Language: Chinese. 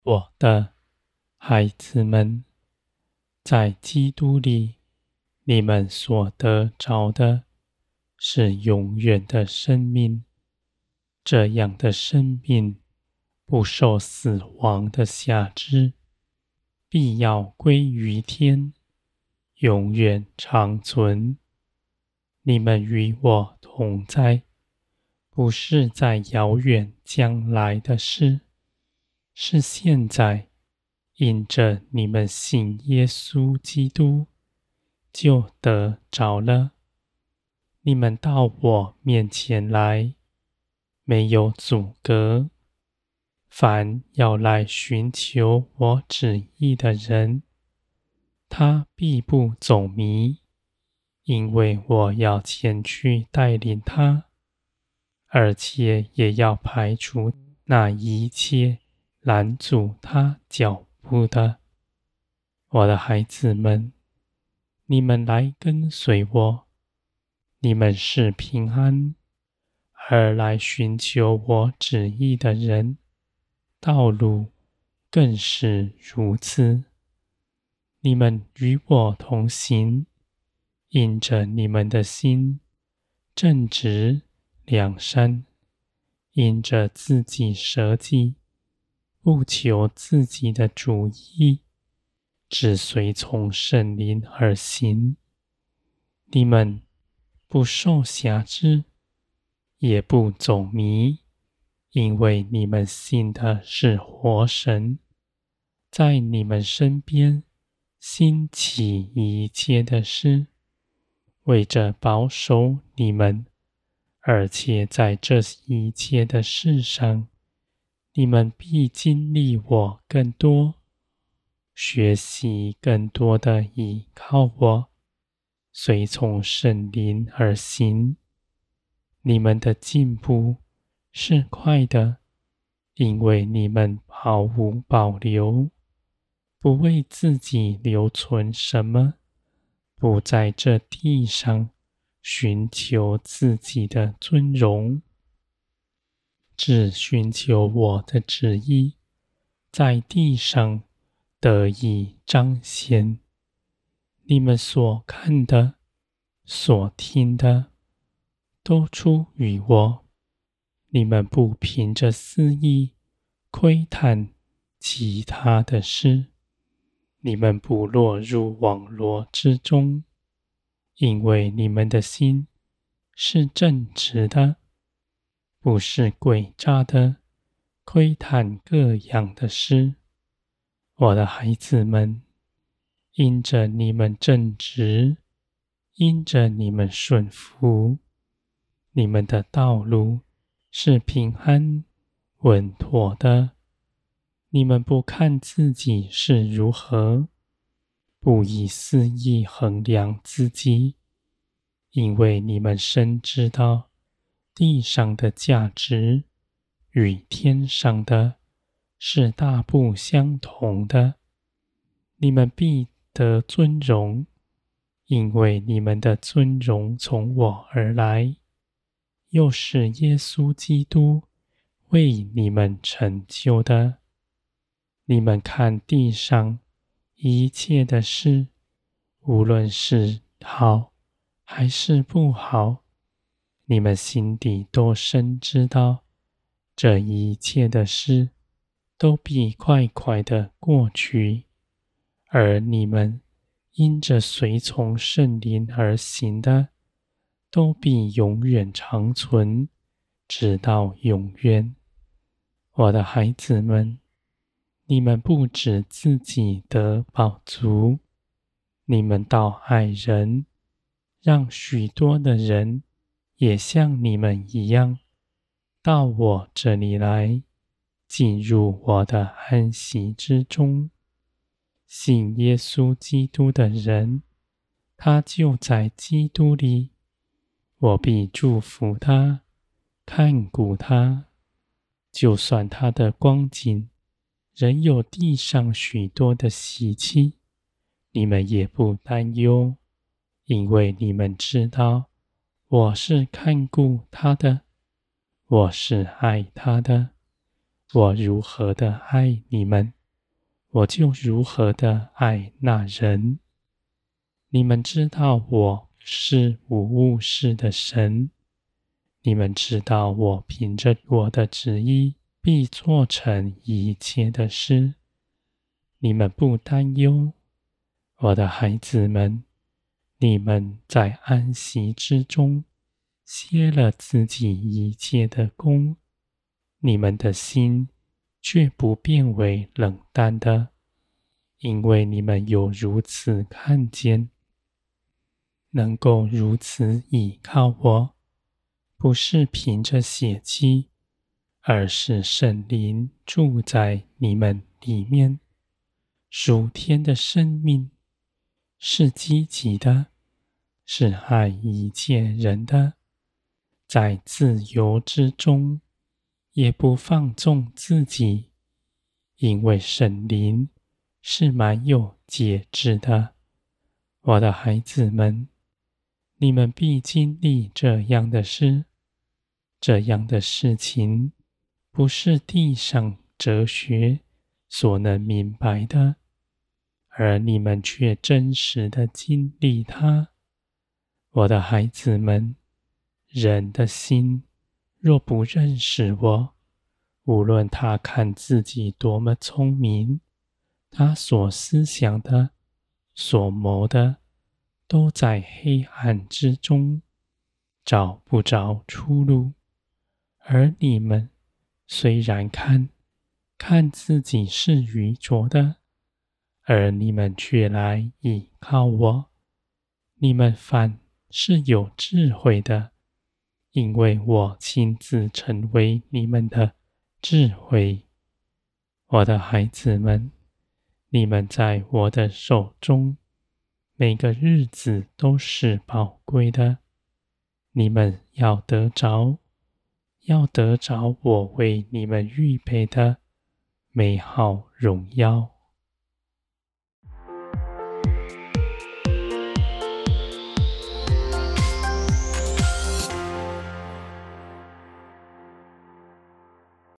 我的孩子们，在基督里，你们所得着的是永远的生命。这样的生命不受死亡的辖制，必要归于天，永远长存。你们与我同在，不是在遥远将来的事，是现在。因着你们信耶稣基督，就得着了。你们到我面前来，没有阻隔。凡要来寻求我旨意的人，他必不走迷，因为我要前去带领他，而且也要排除那一切拦阻他脚步的。我的孩子们，你们来跟随我，你们是平安，而来寻求我旨意的人，道路更是如此。你们与我同行，因着你们的心正直良善，因着自己舍己，不求自己的主意，只随从圣灵而行。你们不受辖制，也不走迷，因为你们信的是活神，在你们身边兴起一切的事，为着保守你们，而且在这一切的事上，你们必经历我更多，学习更多的依靠我，随从圣灵而行。你们的进步是快的，因为你们毫无保留，不为自己留存什么，不在这地上寻求自己的尊荣，只寻求我的旨意，在地上得以彰显。你们所看的、所听的，都出于我。你们不凭着私意窥探其他的事，你们不落入网罗之中，因为你们的心是正直的，不是诡诈的，窥探各样的事。我的孩子们，因着你们正直，因着你们顺服，你们的道路是平安稳妥的。你们不看自己是如何，不以私意衡量自己，因为你们深知道地上的价值与天上的是大不相同的。你们必得尊荣，因为你们的尊荣从我而来，又是耶稣基督为你们成就的。你们看地上一切的事，无论是好还是不好，你们心底都深知道，这一切的事都必快快地过去，而你们因着随从圣灵而行的，都必永远长存，直到永远。我的孩子们，你们不止自己得饱足，你们倒爱人，让许多的人也像你们一样，到我这里来，进入我的安息之中。信耶稣基督的人，他就在基督里，我必祝福他，看顾他，就算他的光景仍有地上许多的习气，你们也不担忧，因为你们知道，我是看顾他的，我是爱他的， 我如何的爱你们，我就如何的爱那人。你们知道我是无误事的神，你们知道我凭着我的旨意必做成一切的事。你们不担忧，我的孩子们，你们在安息之中歇了自己一切的功，你们的心却不变为冷淡的，因为你们有如此看见，能够如此倚靠我，不是凭着血气，而是圣灵住在你们里面。属天的生命是积极的，是爱一切人的，在自由之中也不放纵自己，因为圣灵是蛮有节制的。我的孩子们，你们必经历这样的事，这样的事情不是地上哲学所能明白的，而你们却真实的经历它。我的孩子们，人的心若不认识我，无论他看自己多么聪明，他所思想的、所谋的，都在黑暗之中，找不着出路。而你们虽然看自己是愚拙的，而你们却来倚靠我，你们反是有智慧的，因为我亲自成为你们的智慧。我的孩子们，你们在我的手中，每个日子都是宝贵的，你们要得着我为你们预备的美好荣耀。